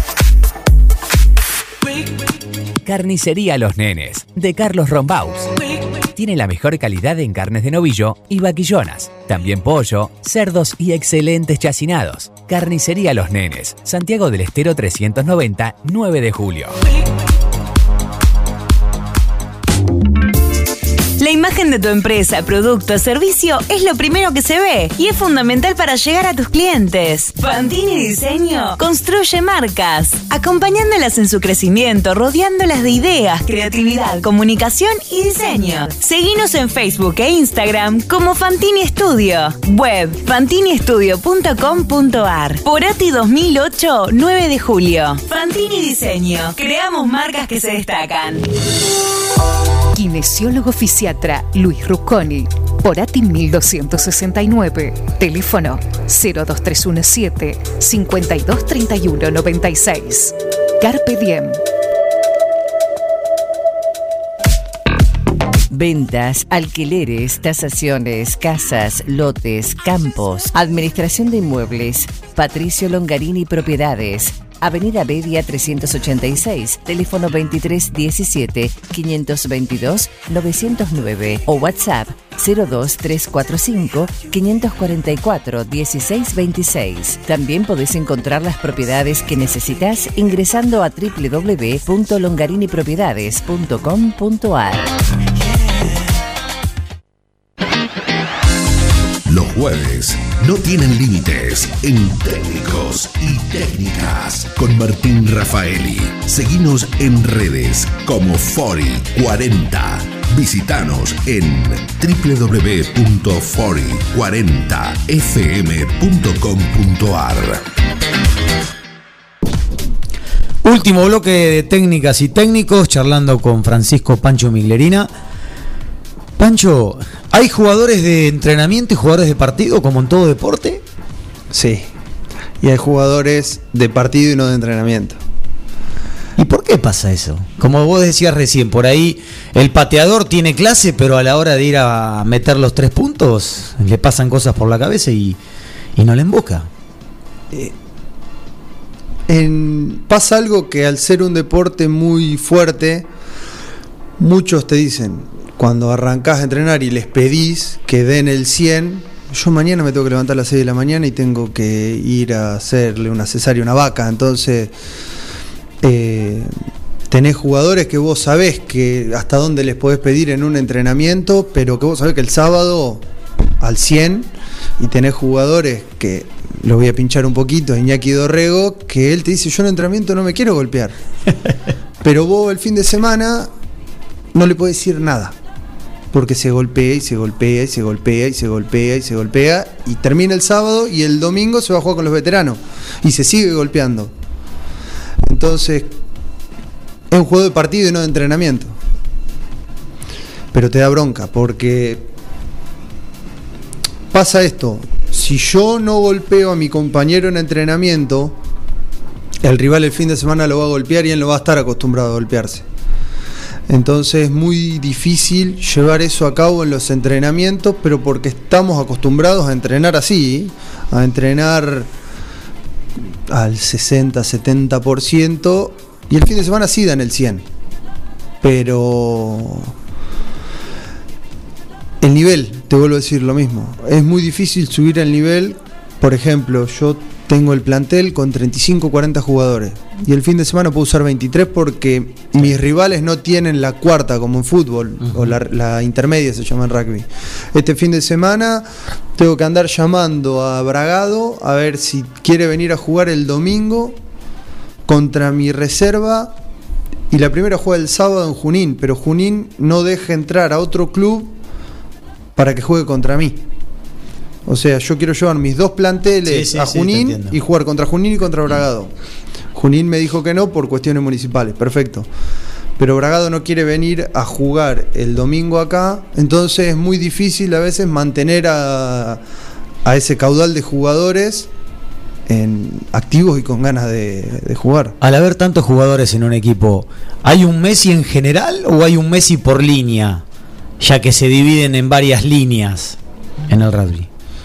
Carnicería Los Nenes, de Carlos Rombaus. Tiene la mejor calidad en carnes de novillo y vaquillonas. También pollo, cerdos y excelentes chacinados. Carnicería Los Nenes, Santiago del Estero 390, 9 de julio. La imagen de tu empresa, producto o servicio es lo primero que se ve y es fundamental para llegar a tus clientes. Fantini Diseño construye marcas, acompañándolas en su crecimiento, rodeándolas de ideas, creatividad, comunicación y diseño. Seguinos en Facebook e Instagram como Fantini Studio. Web fantinistudio.com.ar. Porati 2008, 9 de julio. Fantini Diseño. Creamos marcas que se destacan. Kinesiólogo fisiatra Luis Rusconi, Porati 1269, teléfono 02317 523196. Carpe Diem. Ventas, alquileres, tasaciones, casas, lotes, campos, administración de inmuebles. Patricio Longarini Propiedades. Avenida Bedia 386, teléfono 2317 522 909 o WhatsApp 02345 544 1626. También podés encontrar las propiedades que necesitas ingresando a www.longarinipropiedades.com.ar. Los jueves no tienen límites en Técnicos y Técnicas con Martín Rafaeli. Seguinos en redes como Fori40. Visítanos en www.fori40fm.com.ar. Último bloque de Técnicas y Técnicos, charlando con Francisco Pancho Miglerina. Pancho, ¿hay jugadores de entrenamiento y jugadores de partido como en todo deporte? Sí, y hay jugadores de partido y no de entrenamiento. ¿Y por qué pasa eso? Como vos decías recién, por ahí el pateador tiene clase, pero a la hora de ir a meter los 3 puntos le pasan cosas por la cabeza y no le emboca. Pasa algo que al ser un deporte muy fuerte, muchos te dicen, cuando arrancás a entrenar y les pedís que den el 100, yo mañana me tengo que levantar a las 6 de la mañana y tengo que ir a hacerle una cesárea a una vaca. Entonces, tenés jugadores que vos sabés que hasta dónde les podés pedir en un entrenamiento, pero que vos sabés que el sábado al 100, y tenés jugadores que, los voy a pinchar un poquito, Iñaki Dorrego, que él te dice, yo en entrenamiento no me quiero golpear. Pero vos el fin de semana no le podés decir nada, porque se golpea y se golpea y se golpea y se golpea y se golpea, y termina el sábado y el domingo se va a jugar con los veteranos y se sigue golpeando. Entonces es un juego de partido y no de entrenamiento, pero te da bronca porque pasa esto: si yo no golpeo a mi compañero en entrenamiento, el rival el fin de semana lo va a golpear y él no va a estar acostumbrado a golpearse. Entonces es muy difícil llevar eso a cabo en los entrenamientos, pero porque estamos acostumbrados a entrenar así, a entrenar al 60-70%, y el fin de semana sí dan el 100%. Pero el nivel, te vuelvo a decir lo mismo, es muy difícil subir el nivel. Por ejemplo, yo tengo el plantel con 35-40 jugadores y el fin de semana puedo usar 23 porque mis rivales no tienen la cuarta como en fútbol, o la intermedia se llama en rugby. Este fin de semana tengo que andar llamando a Bragado a ver si quiere venir a jugar el domingo contra mi reserva, y la primera juega el sábado en Junín, pero Junín no deja entrar a otro club para que juegue contra mí. O sea, yo quiero llevar mis dos planteles a Junín y jugar contra Junín y contra Bragado. Junín me dijo que no por cuestiones municipales, perfecto. pero Bragado no quiere venir a jugar el domingo acá, entonces es muy difícil a veces mantener a ese caudal de jugadores activos y con ganas de jugar. Al haber tantos jugadores en un equipo, ¿hay un Messi en general o hay un Messi por línea? Ya que se dividen en varias líneas en el rugby.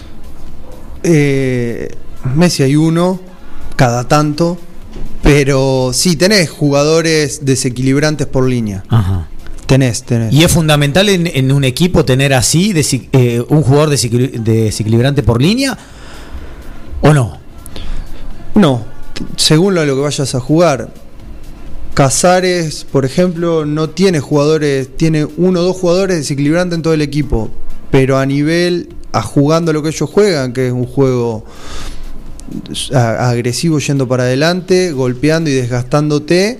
Messi hay uno cada tanto, pero sí, tenés jugadores desequilibrantes por línea. Ajá. Tenés. ¿Y es fundamental en un equipo tener así un jugador desequilibrante por línea o no? No, según lo que vayas a jugar. Casares, por ejemplo, no tiene jugadores, tiene 1 o 2 jugadores desequilibrantes en todo el equipo, pero a jugando lo que ellos juegan, que es un juego agresivo yendo para adelante, golpeando y desgastándote,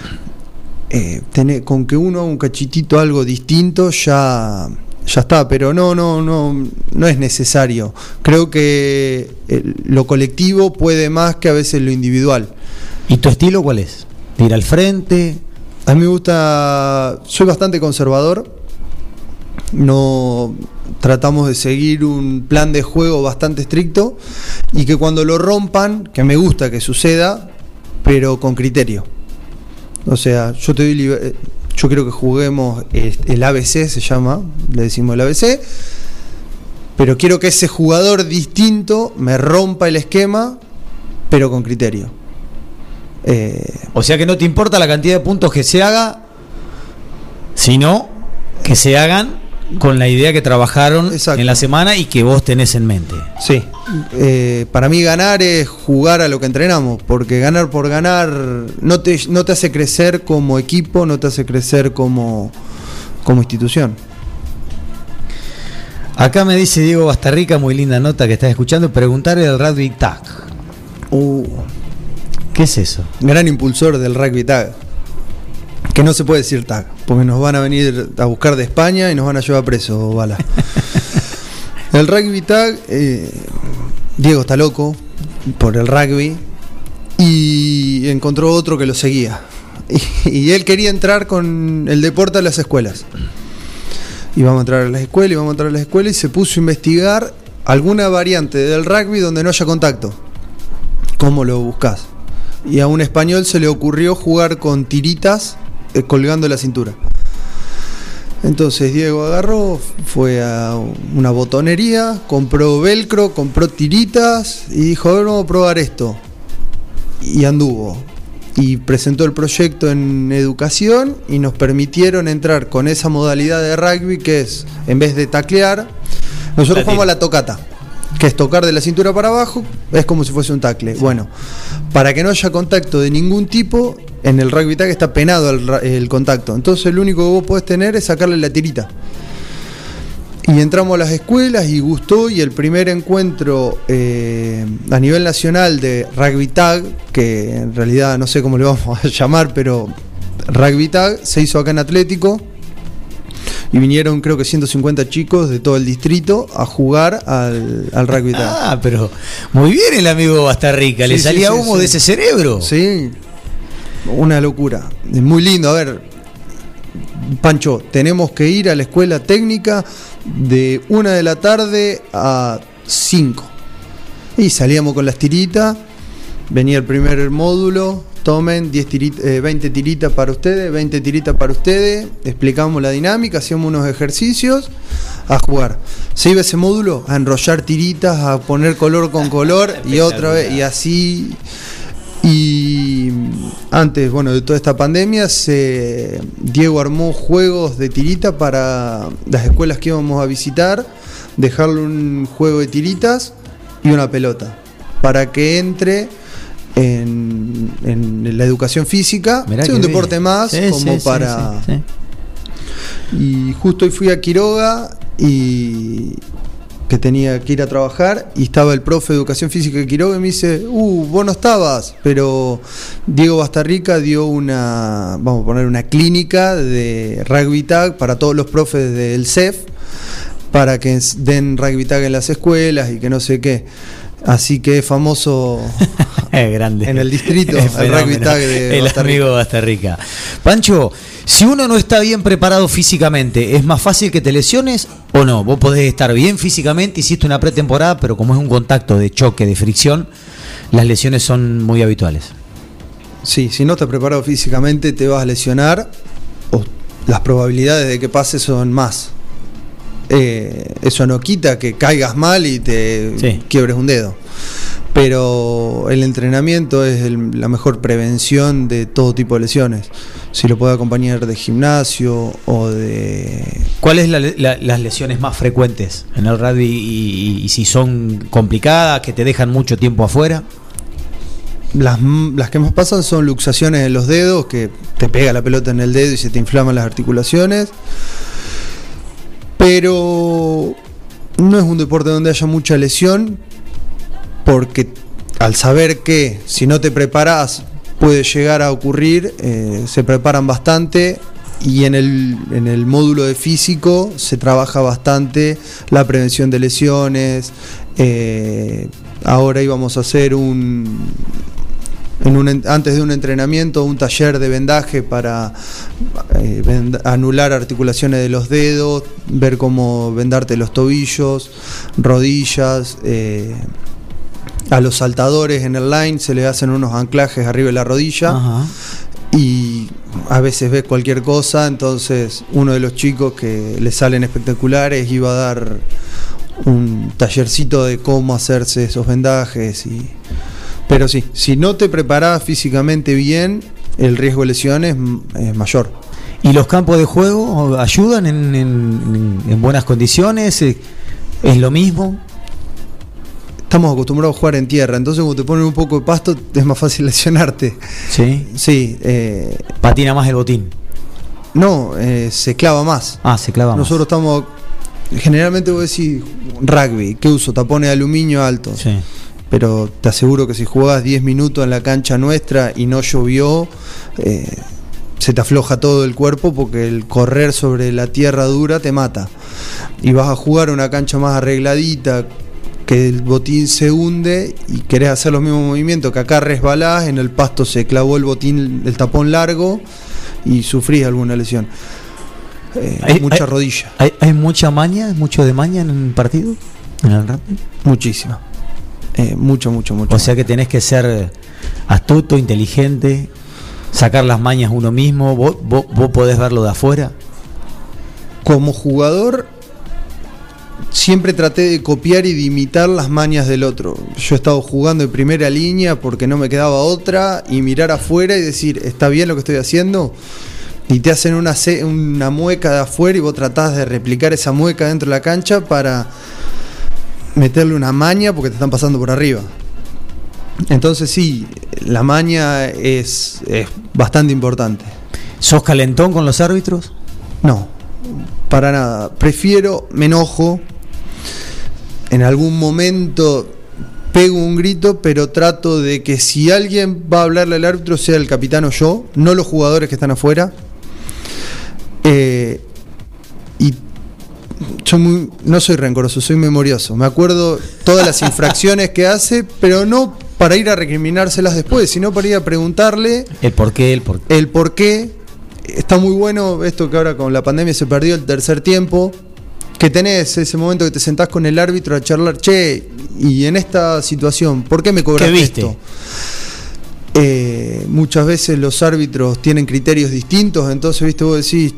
con que uno haga un cachitito algo distinto ya está, pero no es necesario. Creo que lo colectivo puede más que a veces lo individual. ¿Y tu estilo cuál es? ¿Ir al frente? A mí me gusta, soy bastante conservador. No tratamos de seguir un plan de juego bastante estricto y que cuando lo rompan, que me gusta que suceda, pero con criterio. O sea, yo quiero que juguemos el ABC, se llama, le decimos el ABC, pero quiero que ese jugador distinto me rompa el esquema, pero con criterio. O sea que no te importa la cantidad de puntos que se haga, sino que se hagan con la idea que trabajaron en la semana y que vos tenés en mente. Sí, para mí ganar es jugar a lo que entrenamos, porque ganar por ganar no te hace crecer como equipo, no te hace crecer como institución. Acá me dice Diego Bastarrica, muy linda nota que estás escuchando, preguntarle al rugby tag. ¿Qué es eso? Gran impulsor del rugby tag. Que no se puede decir tag, porque nos van a venir a buscar de España y nos van a llevar preso, bala. El rugby tag, Diego está loco por el rugby y encontró otro que lo seguía. Y él quería entrar con el deporte a las escuelas. Y vamos a entrar a las escuelas, y se puso a investigar alguna variante del rugby donde no haya contacto. ¿Cómo lo buscás? Y a un español se le ocurrió jugar con tiritas colgando la cintura. Entonces Diego agarró, fue a una botonería, compró velcro, compró tiritas y dijo, a ver, vamos a probar esto. Y anduvo. Y presentó el proyecto en educación y nos permitieron entrar con esa modalidad de rugby que es, en vez de taclear, nosotros jugamos a la tocata, que es tocar de la cintura para abajo, es como si fuese un tackle. Bueno, para que no haya contacto de ningún tipo, en el rugby tag está penado el contacto. Entonces lo único que vos podés tener es sacarle la tirita. Y entramos a las escuelas y gustó, y el primer encuentro a nivel nacional de rugby tag, que en realidad no sé cómo le vamos a llamar, pero rugby tag, se hizo acá en Atlético. Y vinieron creo que 150 chicos de todo el distrito a jugar al rugby tag. Ah, pero muy bien el amigo Bastarrica, le salía humo de ese cerebro. Sí, una locura. Es muy lindo. A ver, Pancho, tenemos que ir a la escuela técnica de 1 de la tarde a 5. Y salíamos con las tiritas, venía el primer módulo, tomen 20 tiritas para ustedes, 20 tiritas para ustedes, explicamos la dinámica, hacíamos unos ejercicios, a jugar. Se iba ese módulo a enrollar tiritas, a poner color con color y otra vez, y así. Y antes, bueno, de toda esta pandemia, Diego armó juegos de tirita para las escuelas que íbamos a visitar, dejarle un juego de tiritas y una pelota, para que entre en la educación física, sea un deporte bien. Más, sí, como sí, para... Sí. Y justo hoy fui a Quiroga, y que tenía que ir a trabajar, y estaba el profe de educación física de Quiroga y me dice, vos no estabas, pero Diego Bastarrica dio vamos a poner una clínica de rugby tag para todos los profes del CEF, para que den rugby tag en las escuelas y que no sé qué. Así que es famoso Grande. En el distrito, el Rugby Tag de el Costa Rica. amigo Costa Rica. Pancho, si uno no está bien preparado físicamente, ¿es más fácil que te lesiones o no? Vos podés estar bien físicamente, hiciste una pretemporada, pero como es un contacto de choque, de fricción, las lesiones son muy habituales. Sí, si no estás preparado físicamente te vas a lesionar, o las probabilidades de que pase son más. Eso no quita que caigas mal y te quiebres un dedo. Pero el entrenamiento es la mejor prevención de todo tipo de lesiones. Si lo puede acompañar de gimnasio o de... ¿Cuáles las lesiones más frecuentes en el rugby y si son complicadas, que te dejan mucho tiempo afuera? Las que más pasan son luxaciones en los dedos, que te pega la pelota en el dedo y se te inflaman las articulaciones. Pero no es un deporte donde haya mucha lesión, porque al saber que si no te preparás puede llegar a ocurrir, se preparan bastante, y en el módulo de físico se trabaja bastante la prevención de lesiones. Ahora íbamos a hacer antes de un entrenamiento, un taller de vendaje para anular articulaciones de los dedos, ver cómo vendarte los tobillos, rodillas. A los saltadores en el line se le hacen unos anclajes arriba de la rodilla. Ajá. Y a veces ves cualquier cosa, entonces uno de los chicos que le salen espectaculares iba a dar un tallercito de cómo hacerse esos vendajes. Pero sí, si no te preparás físicamente bien, el riesgo de lesiones es mayor. ¿Y los campos de juego ayudan en buenas condiciones? ¿Es lo mismo? Estamos acostumbrados a jugar en tierra, entonces cuando te ponen un poco de pasto es más fácil lesionarte. ¿Sí? Sí. ¿Patina más el botín? No, se clava más. Se clava Nosotros estamos... Generalmente vos decís rugby, ¿qué uso? Tapones de aluminio altos. Sí. Pero te aseguro que si jugás 10 minutos en la cancha nuestra y no llovió, se te afloja todo el cuerpo, porque el correr sobre la tierra dura te mata. Y vas a jugar una cancha más arregladita, que el botín se hunde y querés hacer los mismos movimientos, que acá resbalás, en el pasto se clavó el botín, el tapón largo, y sufrís alguna lesión. Mucha rodilla. ¿Hay mucha maña, mucho de maña en el partido? ¿En el rugby? Muchísima. Mucho. O sea que tenés que ser astuto, inteligente, sacar las mañas uno mismo. ¿Vos podés verlo de afuera? Como jugador, siempre traté de copiar y de imitar las mañas del otro. Yo he estado jugando en primera línea porque no me quedaba otra, y mirar afuera y decir, ¿está bien lo que estoy haciendo? Y te hacen una mueca de afuera y vos tratás de replicar esa mueca dentro de la cancha para meterle una maña, porque te están pasando por arriba. Entonces sí, la maña es bastante importante. ¿Sos calentón con los árbitros? No, para nada. Me enojo. En algún momento pego un grito, pero trato de que si alguien va a hablarle al árbitro sea el capitán o yo, no los jugadores que están afuera. Y no soy rencoroso, soy memorioso. Me acuerdo todas las infracciones que hace, pero no para ir a recriminárselas después, sino para ir a preguntarle el por qué. Está muy bueno esto que ahora con la pandemia se perdió el tercer tiempo, que tenés ese momento que te sentás con el árbitro a charlar, y en esta situación, ¿por qué me cobraste esto? Muchas veces los árbitros tienen criterios distintos, entonces vos decís,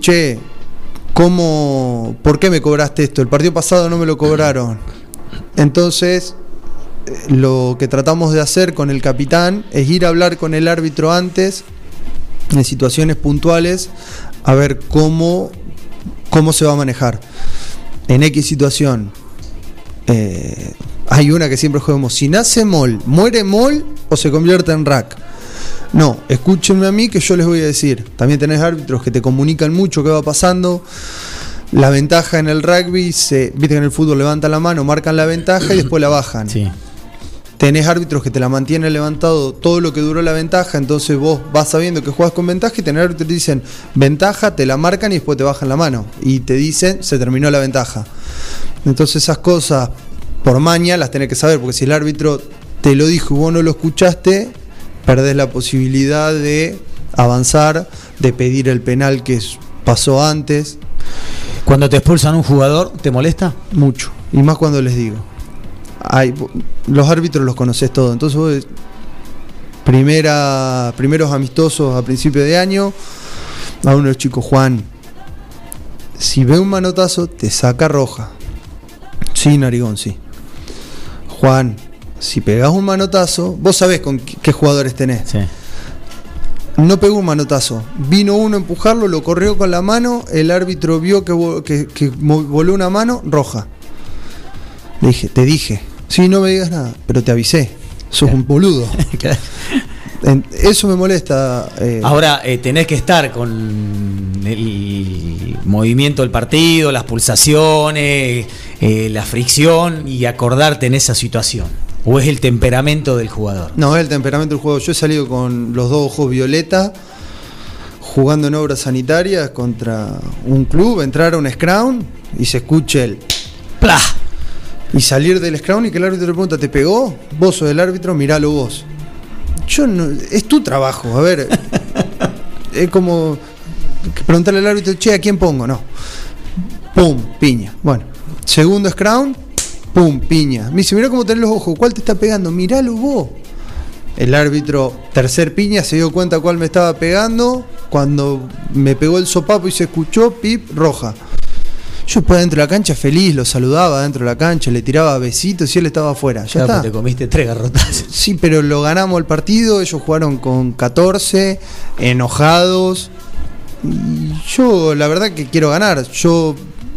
¿por qué me cobraste esto? El partido pasado no me lo cobraron. Entonces, lo que tratamos de hacer con el capitán es ir a hablar con el árbitro antes, en situaciones puntuales, a ver cómo se va a manejar. En X situación, hay una que siempre jugamos: si nace mol, muere mol o se convierte en rack. No, escúchenme a mí que yo les voy a decir. También tenés árbitros que te comunican mucho qué va pasando. La ventaja en el rugby, viste que en el fútbol levantan la mano, marcan la ventaja y después la bajan. Sí. Tenés árbitros que te la mantienen levantado todo lo que duró la ventaja, entonces vos vas sabiendo que juegas con ventaja, y tenés árbitros que te dicen ventaja, te la marcan y después te bajan la mano y te dicen se terminó la ventaja. Entonces esas cosas por maña las tenés que saber, porque si el árbitro te lo dijo y vos no lo escuchaste, perdés la posibilidad de avanzar, de pedir el penal que pasó antes. Cuando te expulsan un jugador, ¿te molesta? Mucho, y más cuando les digo. Los árbitros los conocés todos, entonces vos, primeros amistosos a principio de año, a uno de los chicos, Juan, si ve un manotazo, te saca roja. Sí, narigón, sí. Juan, si pegás un manotazo, vos sabés con qué jugadores tenés. Sí. No pegó un manotazo, vino uno a empujarlo, lo corrió con la mano, el árbitro vio que voló una mano, roja. Le dije, te dije, sí, no me digas nada, pero te avisé, sos un boludo. Eso me molesta. Ahora tenés que estar con el movimiento del partido, las pulsaciones, la fricción y acordarte en esa situación. ¿O es el temperamento del jugador? No, es el temperamento del jugador. Yo he salido con los dos ojos violeta jugando en obras sanitarias contra un club, entrar a un scrum y se escuche el ¡plá! Y salir del scrum y que el árbitro le pregunta, ¿te pegó? Vos sos el árbitro, miralo vos. Yo no, es tu trabajo, a ver. Es como preguntarle al árbitro, che, ¿a quién pongo? No. Pum, piña. Bueno, segundo scrum, pum, piña. Me dice, mirá cómo tenés los ojos, ¿cuál te está pegando? Miralo vos. El árbitro, tercer piña, se dio cuenta cuál me estaba pegando. Cuando me pegó el sopapo y se escuchó, pip, roja. Yo después dentro de la cancha feliz, lo saludaba dentro de la cancha, le tiraba besitos y él estaba afuera. Ya está. Te comiste 3 garrotazos. Sí, pero lo ganamos el partido, ellos jugaron con 14, enojados. Y yo la verdad que quiero ganar. Yo,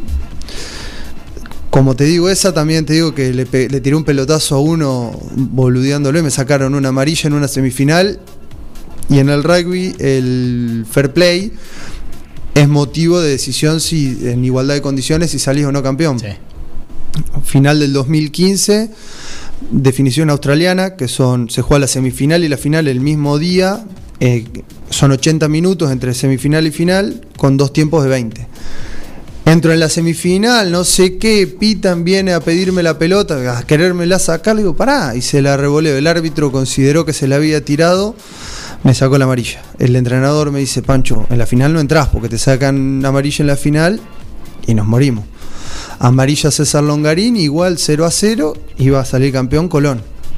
como te digo esa, también te digo que le tiré un pelotazo a uno boludeándolo y me sacaron una amarilla en una semifinal. Y en el rugby el fair play es motivo de decisión si en igualdad de condiciones si salís o no campeón. Sí. Final del 2015, definición australiana, que se juega la semifinal y la final el mismo día. Son 80 minutos entre semifinal y final con 2 tiempos de 20. Entro en la semifinal, no sé qué, pitan, viene a pedirme la pelota, a querérmela sacar, le digo, pará, y se la revoleo. El árbitro consideró que se la había tirado, me sacó la amarilla. El entrenador me dice, Pancho, en la final no entrás porque te sacan amarilla en la final y nos morimos. Amarilla César Longarín, igual 0-0, iba a salir campeón Colón.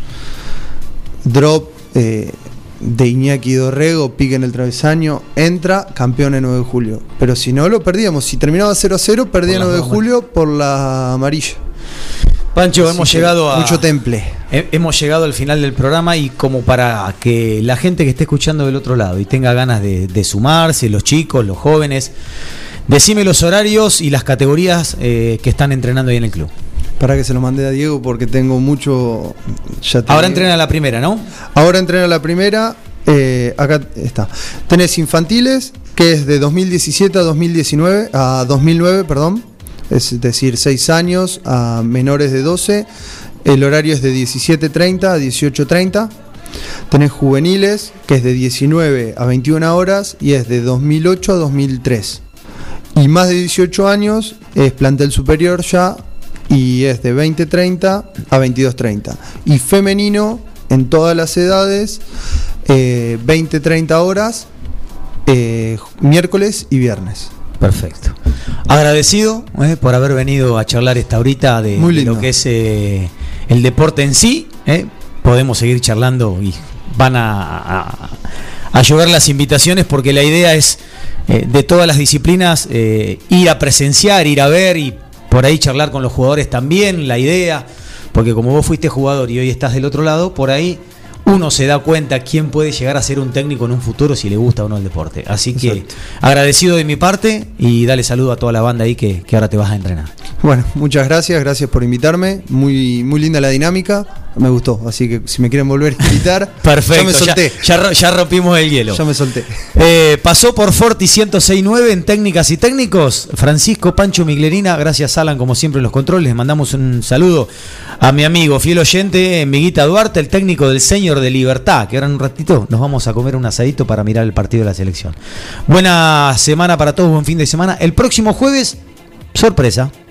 Drop de Iñaki Dorrego, pique en el travesaño, entra, campeón en 9 de julio. Pero si no, lo perdíamos. Si terminaba 0-0, perdía 9 de julio por la amarilla. Pancho, hemos llegado a mucho temple. Hemos llegado al final del programa y como para que la gente que esté escuchando del otro lado y tenga ganas de sumarse, los chicos, los jóvenes, decime los horarios y las categorías que están entrenando ahí en el club. Para que se lo mandé a Diego porque tengo mucho. Ahora entrena la primera, ¿no? Ahora entrena la primera. Acá está. Tenés infantiles, que es de 2017 a 2009, perdón. Es decir, 6 años a menores de 12. El horario es de 17:30 a 18:30. Tenés juveniles, que es de 19 a 21 horas y es de 2008 a 2003. Y más de 18 años es plantel superior ya y es de 20:30 a 22:30. Y femenino en todas las edades, 20-30 horas, miércoles y viernes. Perfecto. Agradecido por haber venido a charlar esta horita de lo que es el deporte en sí. Podemos seguir charlando y van a llover las invitaciones porque la idea es de todas las disciplinas ir a presenciar, ir a ver y por ahí charlar con los jugadores también. La idea, porque como vos fuiste jugador y hoy estás del otro lado, por ahí uno se da cuenta quién puede llegar a ser un técnico en un futuro si le gusta o no el deporte. Así que exacto. Agradecido de mi parte y dale saludo a toda la banda ahí que ahora te vas a entrenar. Bueno, muchas gracias por invitarme. Muy, muy linda la dinámica, me gustó. Así que si me quieren volver a invitar, perfecto, ya me solté. Ya rompimos el hielo. Ya me solté. Pasó por Forti 106.9 en Técnicas y Técnicos, Francisco Pancho Miglerina. Gracias, Alan, como siempre en los controles. Les mandamos un saludo a mi amigo fiel oyente, Miguita Duarte, el técnico del Señor de Libertad, que ahora en un ratito nos vamos a comer un asadito para mirar el partido de la selección. Buena semana para todos, buen fin de semana. El próximo jueves, sorpresa.